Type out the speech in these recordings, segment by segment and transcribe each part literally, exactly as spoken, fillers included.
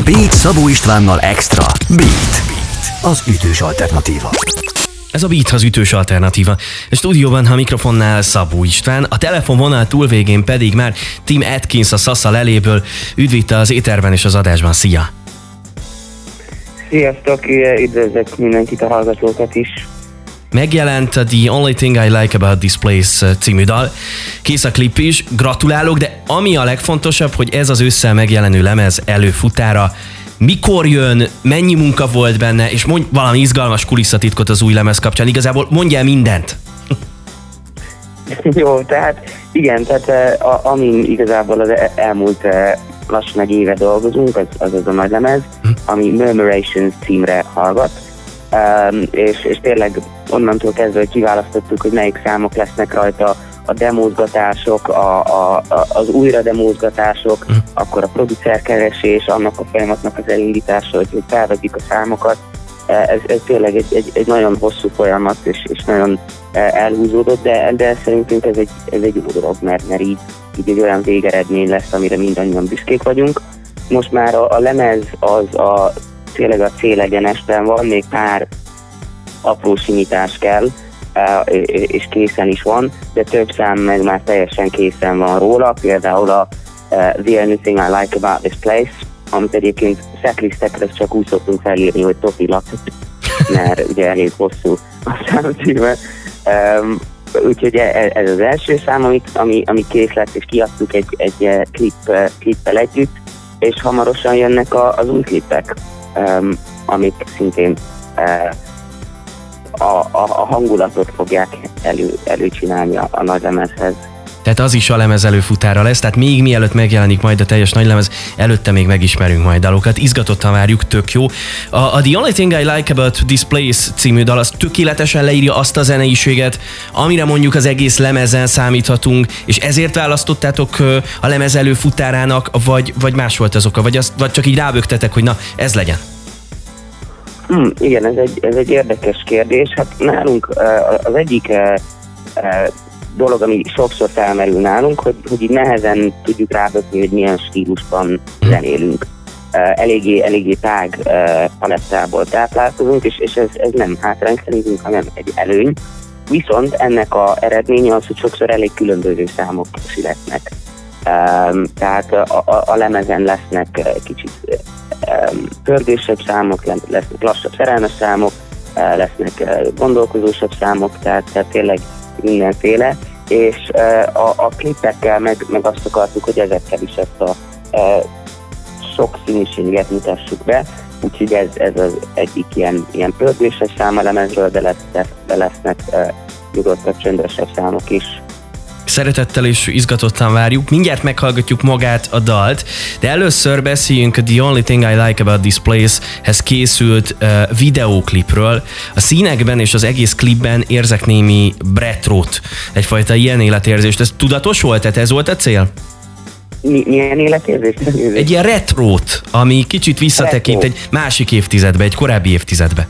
Beat Szabó Istvánnal extra. Beat, az ütős alternatíva. Ez a Beat az ütős alternatíva. A stúdióban a mikrofonnál Szabó István, a telefonvonal túlvégén pedig már Tim Atkins a Szassa leléből. Üdv az éterben és az adásban, szia! Sziasztok, üdvözlök mindenkit, a hallgatókat is. Megjelent a The Only Thing I Like About This Place című dal. Kész a klip is, gratulálok, de ami a legfontosabb, hogy ez az ősszel megjelenő lemez előfutára. Mikor jön, mennyi munka volt benne, és mondj valami izgalmas kulisszatitkot az új lemez kapcsán. Igazából mondjál mindent. Jó, tehát igen, tehát a, amin igazából az elmúlt lassan egy éve dolgozunk, az az, az a nagy lemez, hm. ami Murmurations címre hallgat, um, és, és tényleg onnantól kezdve, hogy kiválasztottuk, hogy melyik számok lesznek rajta, a demózgatások, a, a, a, az újra demózgatások, hm. akkor a producerkeresés, annak a folyamatnak az elindítása, hogy, hogy felvegyük a számokat. Ez, ez tényleg egy, egy, egy nagyon hosszú folyamat, és, és nagyon elhúzódott, de, de szerintünk ez egy, ez egy jó dolog, mert, mert így, így egy olyan végeredmény lesz, amire mindannyian büszkék vagyunk. Most már a, a lemez az a, tényleg a célegyenesben van, még pár apró simítás kell, és készen is van, de több szám meg már teljesen készen van róla, például a The Only Thing I Like About This Place, amit egyébként setlistekre csak úgy szoktunk felírni, hogy topilat, mert ugye elég hosszú a számcíme. Um, úgyhogy ez az első szám, amit, ami, ami kész lett, és kiadtuk egy, egy klip, klippel együtt, és hamarosan jönnek a, az új klippek, um, amik szintén uh, a, a, a hangulatot fogják elő, előcsinálni a, a nagy lemezhez. Tehát az is a lemez előfutára lesz, tehát még mielőtt megjelenik majd a teljes nagylemez, előtte még megismerünk majd dalokat. Izgatottan várjuk, tök jó. A, a The Only Thing I Like About This Place című dal az tökéletesen leírja azt a zeneiséget, amire mondjuk az egész lemezen számíthatunk, és ezért választottátok a lemez előfutárának, vagy, vagy más volt az oka, vagy, az, vagy csak így rábögtetek, hogy na, ez legyen? Hmm, igen, ez egy, ez egy érdekes kérdés. Hát nálunk az egyik dolog, ami sokszor felmerül nálunk, hogy, hogy így nehezen tudjuk rábökni, hogy milyen stílusban zenélünk. Eléggé, eléggé tág palettából táplálkozunk, és, és ez, ez nem hátrány szerintünk, hanem egy előny. Viszont ennek a eredménye az, hogy sokszor elég különböző számok születnek. Tehát a, a, a lemezen lesznek kicsit pörgősebb számok, lesznek lassabb szerelmes számok, lesznek gondolkozósabb számok, tehát, tehát tényleg mindenféle, és uh, a, a klipekkel meg, meg azt akartuk, hogy ezekkel is ezt a uh, sok színűséget mutassuk be, úgyhogy ez, ez az egyik ilyen, ilyen pörgőses szám a lemezről, de, lesz, de lesznek uh, nyugodtabb, csöndesebb számok is. Szeretettel és izgatottan várjuk. Mindjárt meghallgatjuk magát a dalt, de először beszéljünk a The Only Thing I Like About This Place-hez készült uh, videóklipről. A színekben és az egész klipben érzek némi retrót, egyfajta ilyen életérzést. Ez tudatos volt? Tehát ez volt a cél? Mi, milyen életérzés? Egy ilyen retrót, ami kicsit visszatekint Retro. Egy másik évtizedbe, egy korábbi évtizedbe.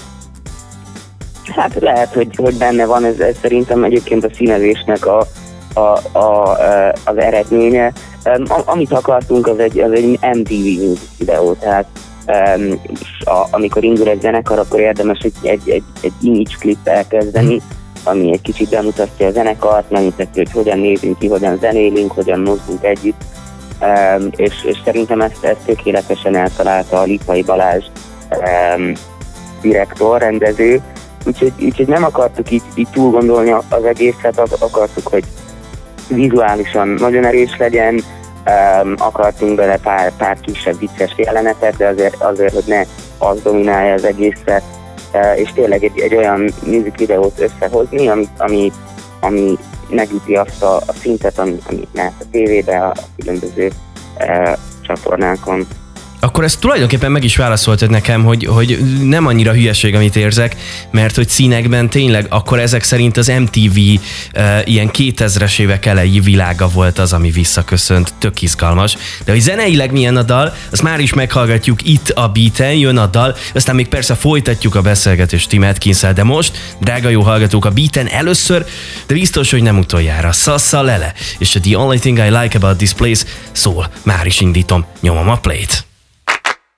Hát lehet, hogy, hogy benne van, ez, ez szerintem egyébként a színezésnek a, a, a, az eredménye. Um, amit akartunk, az egy, az egy em té vé music videó, tehát um, a, amikor indul egy zenekar, akkor érdemes egy, egy, egy, egy image klip elkezdeni, ami egy kicsit bemutatja a zenekart, megmutatja, hogy hogyan nézünk ki, hogyan zenélünk, hogyan mozgunk együtt, um, és, és szerintem ezt, ezt tökéletesen eltalálta a Lipai Balázs um, direktor, rendező. Úgyhogy, úgyhogy nem akartuk így, így túl gondolni az egészet, akartuk, hogy vizuálisan nagyon erős legyen, um, akartunk bele pár, pár kisebb vicces jelenetet, de azért, azért, hogy ne az dominálja az egészet, uh, és tényleg egy, egy olyan music videót összehozni, ami, ami, ami megüti azt a, a szintet, ami, ami lehet a tévében, a különböző uh, csatornákon. Akkor ezt tulajdonképpen meg is válaszoltad nekem, hogy, hogy nem annyira hülyeség, amit érzek, mert hogy színekben tényleg akkor ezek szerint az em té vé uh, ilyen kétezres évek elejé világa volt az, ami visszaköszönt, tök izgalmas. De hogy zeneileg milyen a dal, azt már is meghallgatjuk itt a Beaten, jön a dal, aztán még persze folytatjuk a beszélgetést Tim Atkinssel, de most, drága jó hallgatók, a Beaten először, de biztos, hogy nem utoljára, Szassa Lele, és a The Only Thing I Like About This Place szól, már is indítom, nyomom a play-t.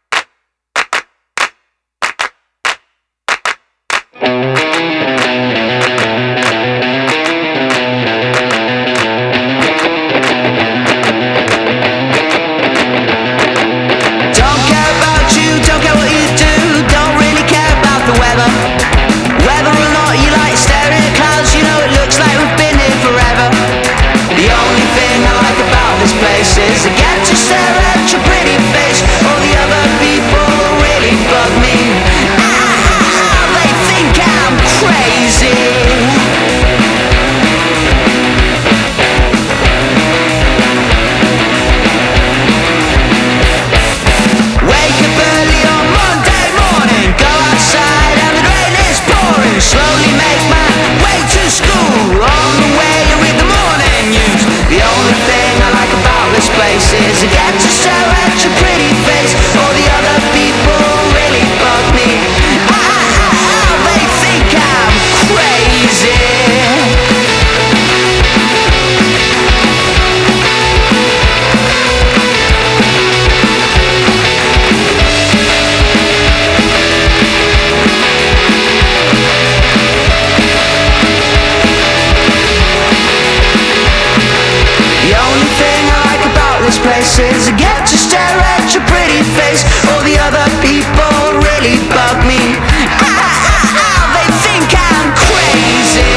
places. I get to stare at your pretty face. All the other people really bug me. Ah, ah, ah, they think I'm crazy.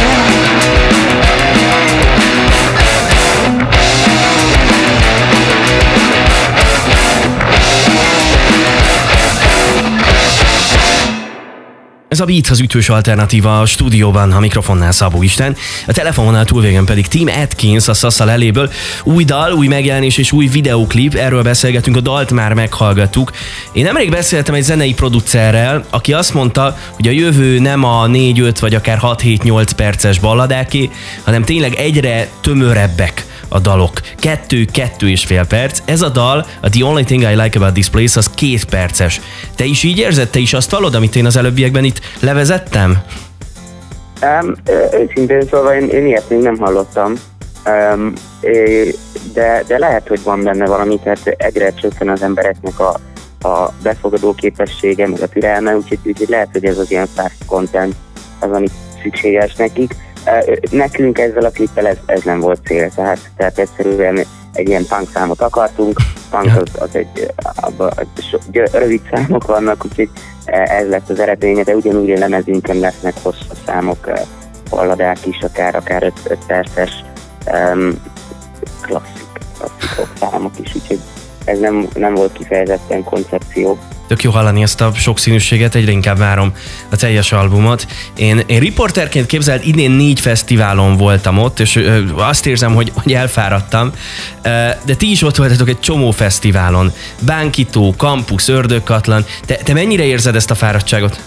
Ez a Beat az ütős alternatíva, a stúdióban, a mikrofonnál Szabó István, a telefononál túlvégen pedig Tim Atkins a Sassa Leléből. Új dal, új megjelenés és új videóklip, erről beszélgetünk, a dalt már meghallgattuk. Én nemrég beszéltem egy zenei producerrel, aki azt mondta, hogy a jövő nem a négy öt vagy akár hat hét nyolc perces balladáké, hanem tényleg egyre tömörebbek a dalok. Kettő-kettő és fél perc. Ez a dal, a The Only Thing I Like About This Place, az két perces. Te is így érzed? Te is azt hallod, amit én az előbbiekben itt levezettem? Um, őszintén szóval én, én ilyet még nem hallottam, um, de, de lehet, hogy van benne valami, tehát egyre csökken az embereknek a, a befogadó képessége, meg a türelme, úgyhogy, úgyhogy lehet, hogy ez az ilyen fast content az, ami szükséges nekik. Nekünk ezzel a klippel ez, ez nem volt cél, tehát, tehát egyszerűen egy ilyen punk számot akartunk, punk az, az egy, abba, so, rövid számok vannak, úgyhogy ez lett az eredménye, de ugyanúgy a lemezünkön lesznek hosszú számok, balladák is, akár, akár öt perces um, klasszik, klasszikok számok is, úgyhogy ez nem, nem volt kifejezetten koncepció. Tök jó hallani ezt a sokszínűséget, egyre inkább várom a teljes albumot. Én, én riporterként képzeld, idén négy fesztiválon voltam ott, és ö, azt érzem, hogy, hogy elfáradtam, ö, de ti is ott voltatok egy csomó fesztiválon. Bánkító, Campus, Ördögkatlan. Te, te mennyire érzed ezt a fáradtságot?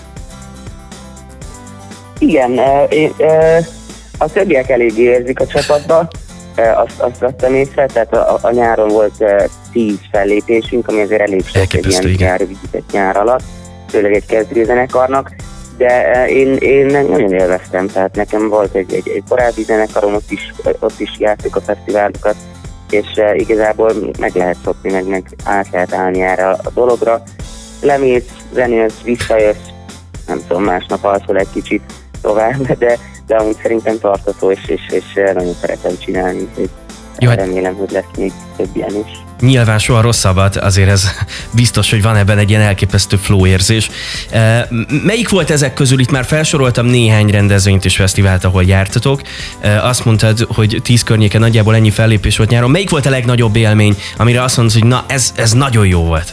Igen, ö, ö, a többiek eléggé érzik a csapatba, ö, azt, azt vettem észre, tehát a, a nyáron volt ö, tíz fellépésünk, ami azért elég sok egy ilyen rövidített nyár alatt, főleg egy kezdőzenekarnak, de én, én nagyon élveztem, tehát nekem volt egy, egy, egy korábbi zenekarom, ott is, ott is jártuk a fesztiválokat, és igazából meg lehet szokni, meg, meg át lehet állni erre a dologra. Lemész, zenélsz, visszajössz, nem tudom, másnap alszol egy kicsit tovább, de, de amúgy szerintem tartató, és, és, és nagyon szeretem csinálni, úgyhogy jó, remélem, hogy lesz még több ilyen is. Nyilván soha rosszabbat, azért ez biztos, hogy van ebben egy ilyen elképesztő flow érzés. Melyik volt ezek közül? Itt már felsoroltam néhány rendezvényt és fesztivált, ahol jártatok. Azt mondtad, hogy tíz környéken nagyjából ennyi fellépés volt nyáron. Melyik volt a legnagyobb élmény, amire azt mondod, hogy na, ez, ez nagyon jó volt?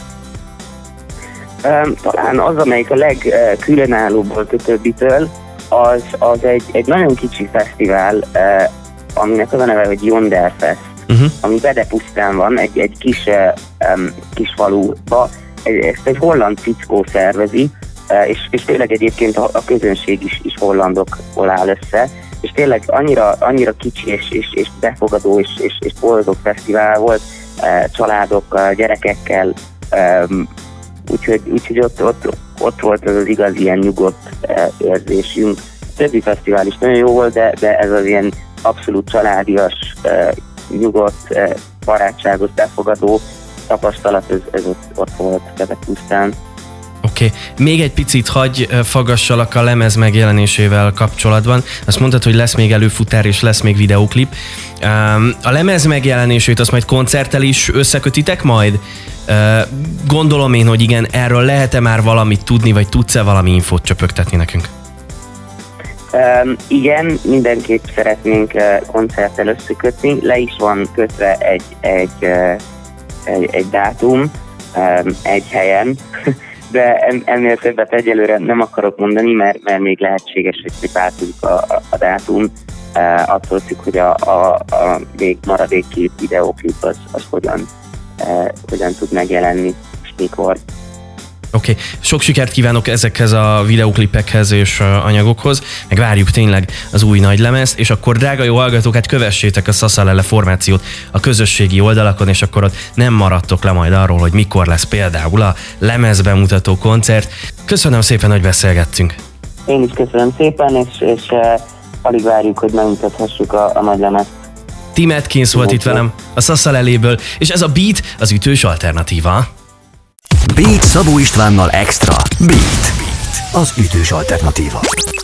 Talán az, amelyik a legkülönállóbb volt a többitől, az, az egy, egy nagyon kicsi fesztivál, aminek az a neve, hogy Jonderfest, uh-huh. ami Bedepusztán van, egy, egy kis, um, kis faluba. Ezt egy holland fickó szervezi, uh, és, és tényleg egyébként a, a közönség is, is hollandokból áll össze, és tényleg annyira, annyira kicsi és, és, és befogadó és, és, és boldog fesztivál volt, uh, családokkal, gyerekekkel, um, úgyhogy, úgyhogy ott, ott, ott volt az az igazi ilyen nyugodt uh, érzésünk. A többi fesztivál is nagyon jó volt, de, de ez az ilyen abszolút családias, uh, nyugodt, uh, barátságos, befogadó tapasztalat, ez, ez ott, ott volt Bedepusztán. Oké, okay. Még egy picit hagy fagassalak a lemez megjelenésével kapcsolatban. Azt mondtad, hogy lesz még előfutár és lesz még videóklip. Um, a lemez megjelenését azt majd koncerttel is összekötitek majd? Uh, gondolom én, hogy igen, erről lehet-e már valamit tudni, vagy tudsz-e valami infót csöpögtetni nekünk? Um, igen, mindenképp szeretnénk uh, koncerttel összekötni. Le is van kötve egy, egy, uh, egy, egy dátum, um, egy helyen, de ennél többet egyelőre nem akarok mondani, mert, mert még lehetséges, hogy változik a, a, a dátum. Uh, attól függ, hogy a, a, a még maradék két videóklip az, az hogyan, uh, hogyan tud megjelenni, és mikor. Oké, okay. Sok sikert kívánok ezekhez a videóklipekhez és anyagokhoz, meg várjuk tényleg az új nagylemezt, és akkor drága jó hallgatók, hát kövessétek a Sassa Lele formációt a közösségi oldalakon, és akkor ott nem maradtok le majd arról, hogy mikor lesz például a lemezbemutató koncert. Köszönöm szépen, hogy beszélgettünk. Én is köszönöm szépen, és, és uh, alig várjuk, hogy megmutathassuk a, a nagylemezt. Tim Atkins volt itt velem a Sassa Leléből, és ez a Beat az ütős alternatíva. Beat Szabó Istvánnal extra. Beat, Beat az ütős alternatíva.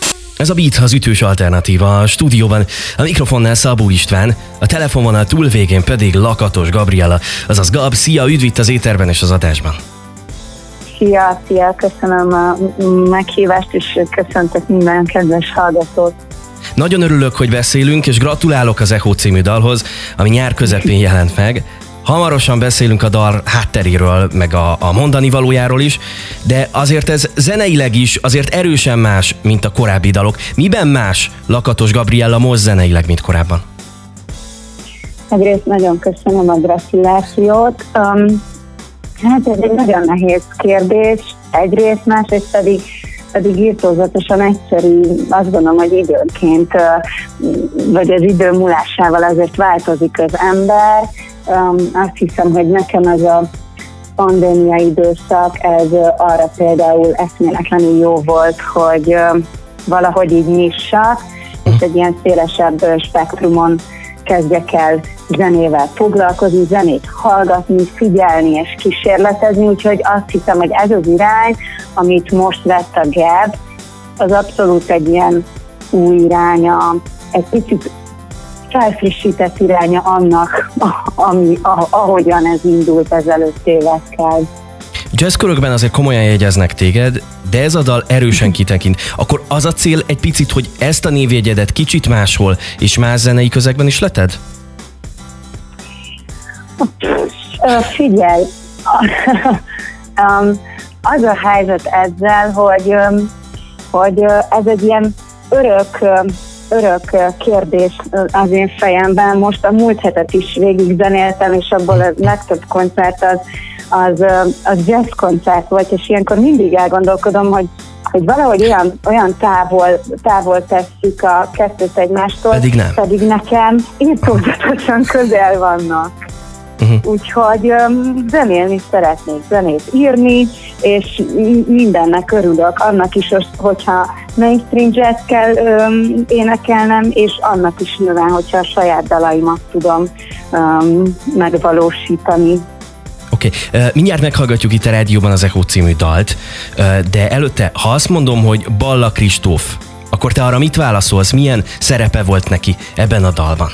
Ez a Beat, az ütős alternatíva. A stúdióban a mikrofonnál Szabó István, a telefonvonal túlvégén pedig Lakatos Gabriella, azaz Gab. Szia, üdv itt az éterben és az adásban. Szia, szia, köszönöm a meghívást, és köszöntök minden kedves hallgatót. Nagyon örülök, hogy beszélünk, és gratulálok az Echo című dalhoz, ami nyár közepén jelent meg. Hamarosan beszélünk a dal hátteréről, meg a, a mondani valójáról is, de azért ez zeneileg is azért erősen más, mint a korábbi dalok. Miben más Lakatos Gabriella most zeneileg, mint korábban? Egyrészt nagyon köszönöm a gratulációt. Um, hát ez egy nagyon nehéz kérdés, egyrészt, másrészt pedig pedig írtózatosan egyszerű, azt gondolom, hogy időnként, vagy az idő múlásával azért változik az ember. Azt hiszem, hogy nekem ez a pandémia időszak, ez arra például eszméletlenül jó volt, hogy valahogy így nyissak, és egy ilyen szélesebb spektrumon kezdjek el zenével foglalkozni, zenét hallgatni, figyelni és kísérletezni, úgyhogy azt hiszem, hogy ez az irány, amit most vett a Gab, az abszolút egy ilyen új iránya, egy picit felfrissített iránya annak, ami, ahogyan ez indult ezelőtt évekkel. Jazzkörökben azért komolyan jegyeznek téged, de ez a dal erősen kitekint. Akkor az a cél egy picit, hogy ezt a névjegyedet kicsit máshol és más zenei közegben is leted? Figyelj, az a helyzet ezzel, hogy, hogy ez egy ilyen örök, örök kérdés az én fejemben. Most a múlt hetet is végig zenéltem, és abból a legtöbb koncert az Az, az jazz koncert volt, és ilyenkor mindig elgondolkodom, hogy, hogy valahogy olyan, olyan távol, távol tesszük a kettőt egymástól, pedig, nem. pedig nekem írtózatosan közel vannak. Uh-huh. Úgyhogy um, zenélni szeretnék, zenét írni, és mindennek örülök, annak is, hogyha mainstream jazz kell um, énekelnem, és annak is nyilván, hogyha a saját dalaimat tudom um, megvalósítani. Oké, okay. Mindjárt meghallgatjuk itt a rádióban az Echo című dalt, de előtte, ha azt mondom, hogy Balla Kristóf, akkor te arra mit válaszolsz? Milyen szerepe volt neki ebben a dalban?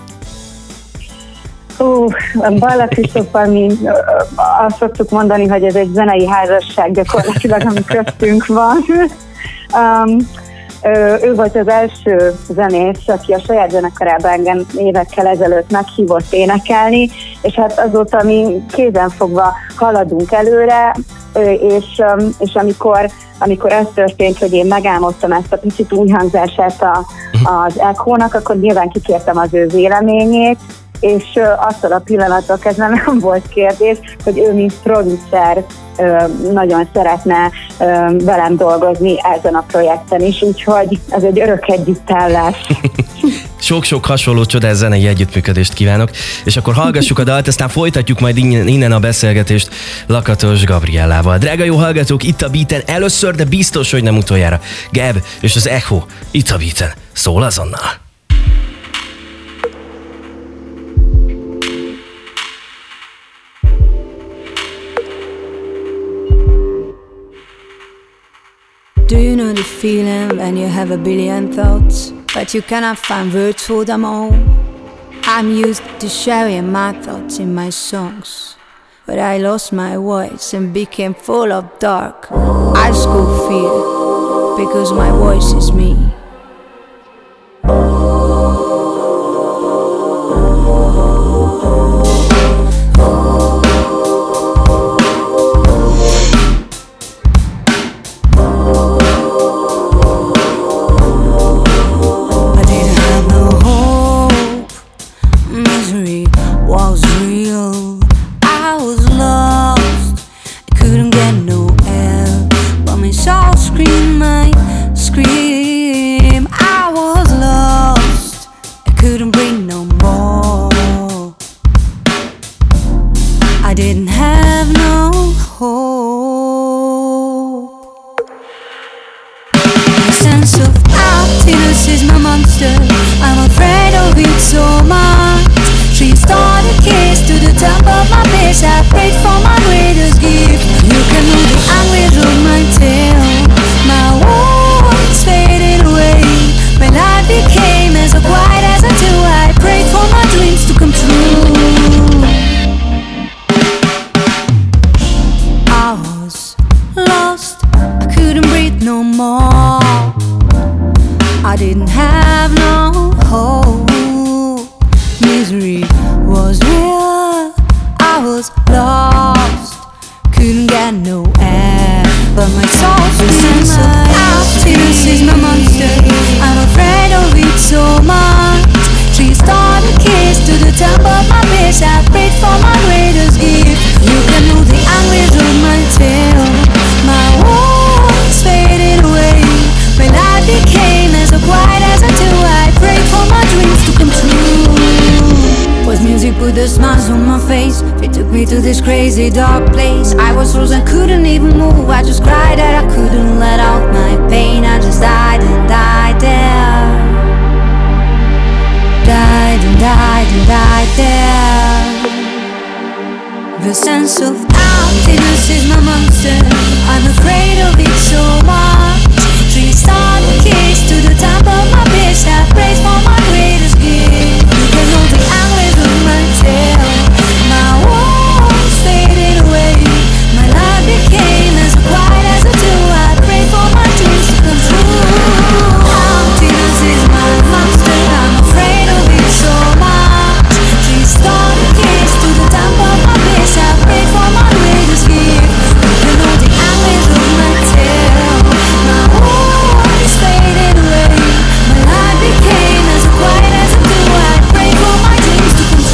Ó, Balla Kristóffal mi azt szoktuk mondani, hogy ez egy zenei házasság gyakorlatilag, ami köztünk van. Um, Ő volt az első zenész, aki a saját zenekarában engem évekkel ezelőtt meghívott énekelni, és hát azóta mi kézenfogva haladunk előre, és, és amikor, amikor ez történt, hogy én megálmodtam ezt a picit új hangzását a, az Echo-nak, akkor nyilván kikértem az ő véleményét, és attól a pillanattól kezdve nem volt kérdés, hogy ő, mint producer, nagyon szeretne velem dolgozni ezen a projekten is, úgyhogy ez egy örök együttállás. Sok-sok hasonló csodás zenei együttműködést kívánok, és akkor hallgassuk a dalt, aztán folytatjuk majd innen a beszélgetést Lakatos Gabriellával. Drága jó hallgatók, itt a Beaten először, de biztos, hogy nem utoljára. Gab és az Echo, itt a Beaten. Szól azonnal. Do you know the feeling when you have a billion thoughts, but you cannot find words for them all? I'm used to sharing my thoughts in my songs, but I lost my voice and became full of dark. I just go fear, because my voice is me. My world's faded away. more. I didn't have no hope. Misery was real. I was lost. Couldn't get no air, but my soul's feeling my emptiness is my monster. I'm afraid of it so much. She started a kiss to the top of my base. I prayed for my greatest gift. You can know the anguish of my tail. My walls faded away. My life became as quiet as a two. I prayed for my dreams to come true. Was music put the smiles on my face. It took me to this crazy dark place. I was frozen, couldn't even move. I just cried that I couldn't let out my pain. I just died and died there. Died and died and died there. The sense of emptiness is my monster. I'm afraid of it so much. Three star kiss to the top of my bitch. I praise for my greatest gift. You can know the anguish of my tail. My walls faded away. My life became as quiet as a two. I pray for my dreams to come true. Emptiness is my monster. I'm afraid of it so much. Three star kiss to the top of my bitch. I pray for my greatest gift. You can know the anguish of my tail. My walls faded away. My life became as quiet as a two. I pray for my dreams to come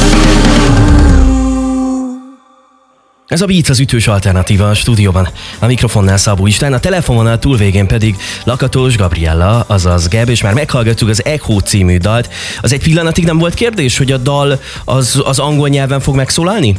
true. Ez a Beat, az ütős alternatíva a stúdióban. A mikrofonnál Szabó István, a telefononál túlvégén pedig Lakatos Gabriella, azaz Geb, és már meghallgattuk az Echo című dalt. Az egy pillanatig nem volt kérdés, hogy a dal az, az angol nyelven fog megszólalni?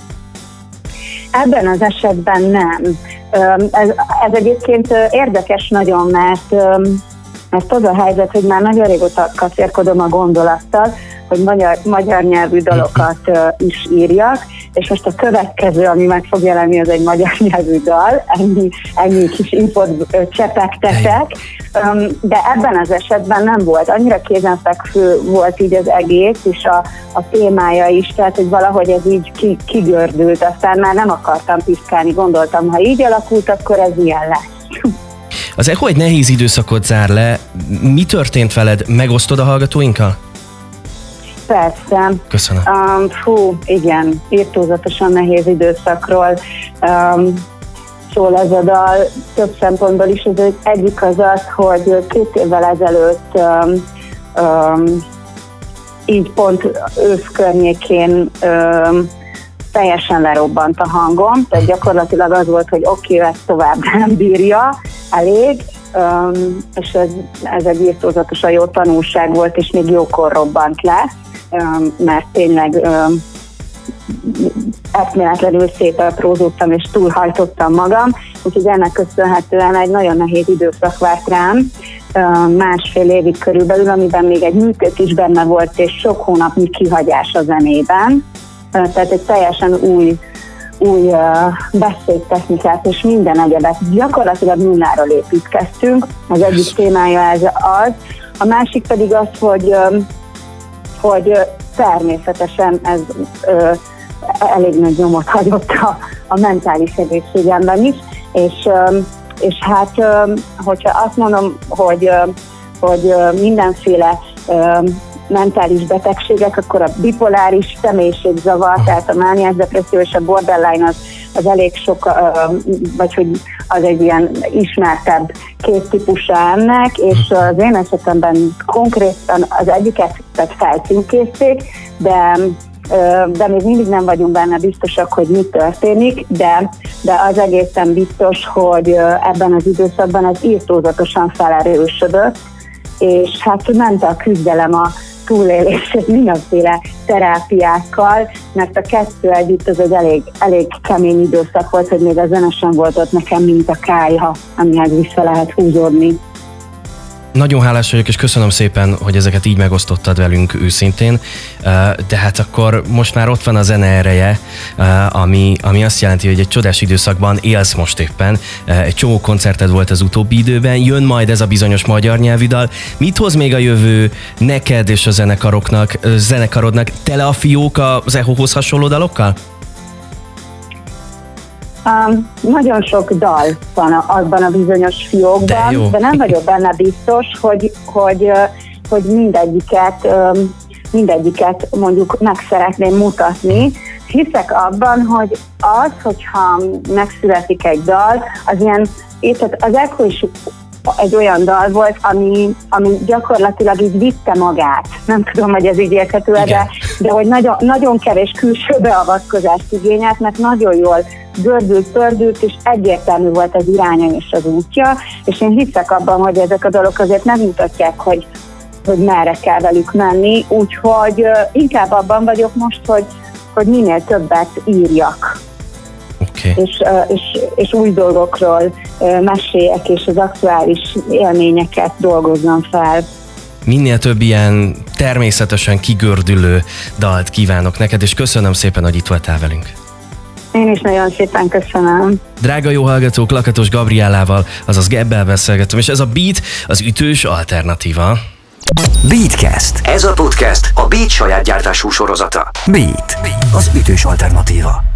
Ebben az esetben nem. Ez, ez egyébként érdekes nagyon, mert, mert az a helyzet, hogy már nagyon régóta kacérkodom a gondolattal, hogy magyar, magyar nyelvű dalokat is írjak, és most a következő, ami meg fog jelenni, az egy magyar nyelvű dal, ennyi, ennyi kis infot csepegtetek, de ebben az esetben nem volt. Annyira kézenfekvő volt így az egész, és a, a témája is, tehát hogy valahogy ez így ki, kigördült, aztán már nem akartam piszkálni, gondoltam, ha így alakult, akkor ez ilyen lesz. Az Echo egy nehéz időszakot zár le. Mi történt veled? Megosztod a hallgatóinkkal? Persze. Köszönöm. Um, fú, igen, irtózatosan nehéz időszakról um, szól ez a dal, több szempontból is. Az egyik az az, hogy két évvel ezelőtt um, um, így pont ősz környékén um, teljesen lerobbant a hangom, tehát gyakorlatilag az volt, hogy oké, okay, ezt tovább nem bírja, elég, um, és ez, ez egy irtózatosan jó tanulság volt, és még jókor robbant le, um, mert tényleg um, eszméletlenül szételprózódtam, és túlhajtottam magam, úgyhogy ennek köszönhetően egy nagyon nehéz időszak várt rám, um, másfél évig körülbelül, amiben még egy műtét is benne volt, és sok hónapnyi kihagyás a zenében. Tehát egy teljesen új, új uh, beszédtechnikát és minden egyebet gyakorlatilag nulláról építkeztünk. Az egyik témája ez az. A másik pedig az, hogy, um, hogy uh, természetesen ez uh, elég nagy nyomot hagyott a, a mentális egészségemben is, és, um, és hát um, hogyha azt mondom, hogy, um, hogy uh, mindenféle um, mentális betegségek, akkor a bipoláris személyiségzavar, tehát a mániás depresszió és a borderline az, az elég sok, vagy hogy az egy ilyen ismertebb két típusa ennek, és az én esetemben konkrétan az egyiket felcímkézték, de de még mindig nem vagyunk benne biztosak, hogy mi történik, de, de az egészen biztos, hogy ebben az időszakban ez irtózatosan felerősödött, és hát ment a küzdelem a túlélés mindenféle terápiákkal, mert a kettő együtt az egy elég, elég kemény időszak volt, hogy még a zene sem volt ott nekem, mint a kályha, amihez vissza lehet húzódni. Nagyon hálás vagyok, és köszönöm szépen, hogy ezeket így megosztottad velünk őszintén. De hát akkor most már ott van a zene ereje, ami, ami azt jelenti, hogy egy csodás időszakban élsz most éppen. Egy csomó koncerted volt az utóbbi időben, jön majd ez a bizonyos magyar nyelvű dal. Mit hoz még a jövő neked és a zenekaroknak, zenekarodnak? Tele a fiók az Echohoz hasonló dalokkal? Um, nagyon sok dal van a, abban a bizonyos fiókban, de, de nem vagyok benne biztos, hogy, hogy, hogy mindegyiket, mindegyiket mondjuk meg szeretném mutatni. Hiszek abban, hogy az, hogyha megszületik egy dal, az ilyen, tehát az Echo is egy olyan dal volt, ami, ami gyakorlatilag így vitte magát. Nem tudom, hogy ez így érthető, de, de hogy nagyon, nagyon kevés külső beavatkozást igényelt, mert nagyon jól gördült, pördült, és egyértelmű volt az iránya és az útja, és én hiszek abban, hogy ezek a dalok azért megmutatják, hogy, hogy merre kell velük menni, úgyhogy uh, inkább abban vagyok most, hogy, hogy minél többet írjak. Okay. És, és, és új dolgokról meséljek, és az aktuális élményeket dolgozzam fel. Minél több ilyen természetesen kigördülő dalt kívánok neked, és köszönöm szépen, hogy itt voltál velünk. Én is nagyon szépen köszönöm. Drága jó hallgatók, Lakatos Gabriellával, azaz Gebbel beszélgettem, és ez a Beat az ütős alternatíva. Beatcast. Ez a podcast a Beat saját gyártású sorozata. Beat, az ütős alternatíva.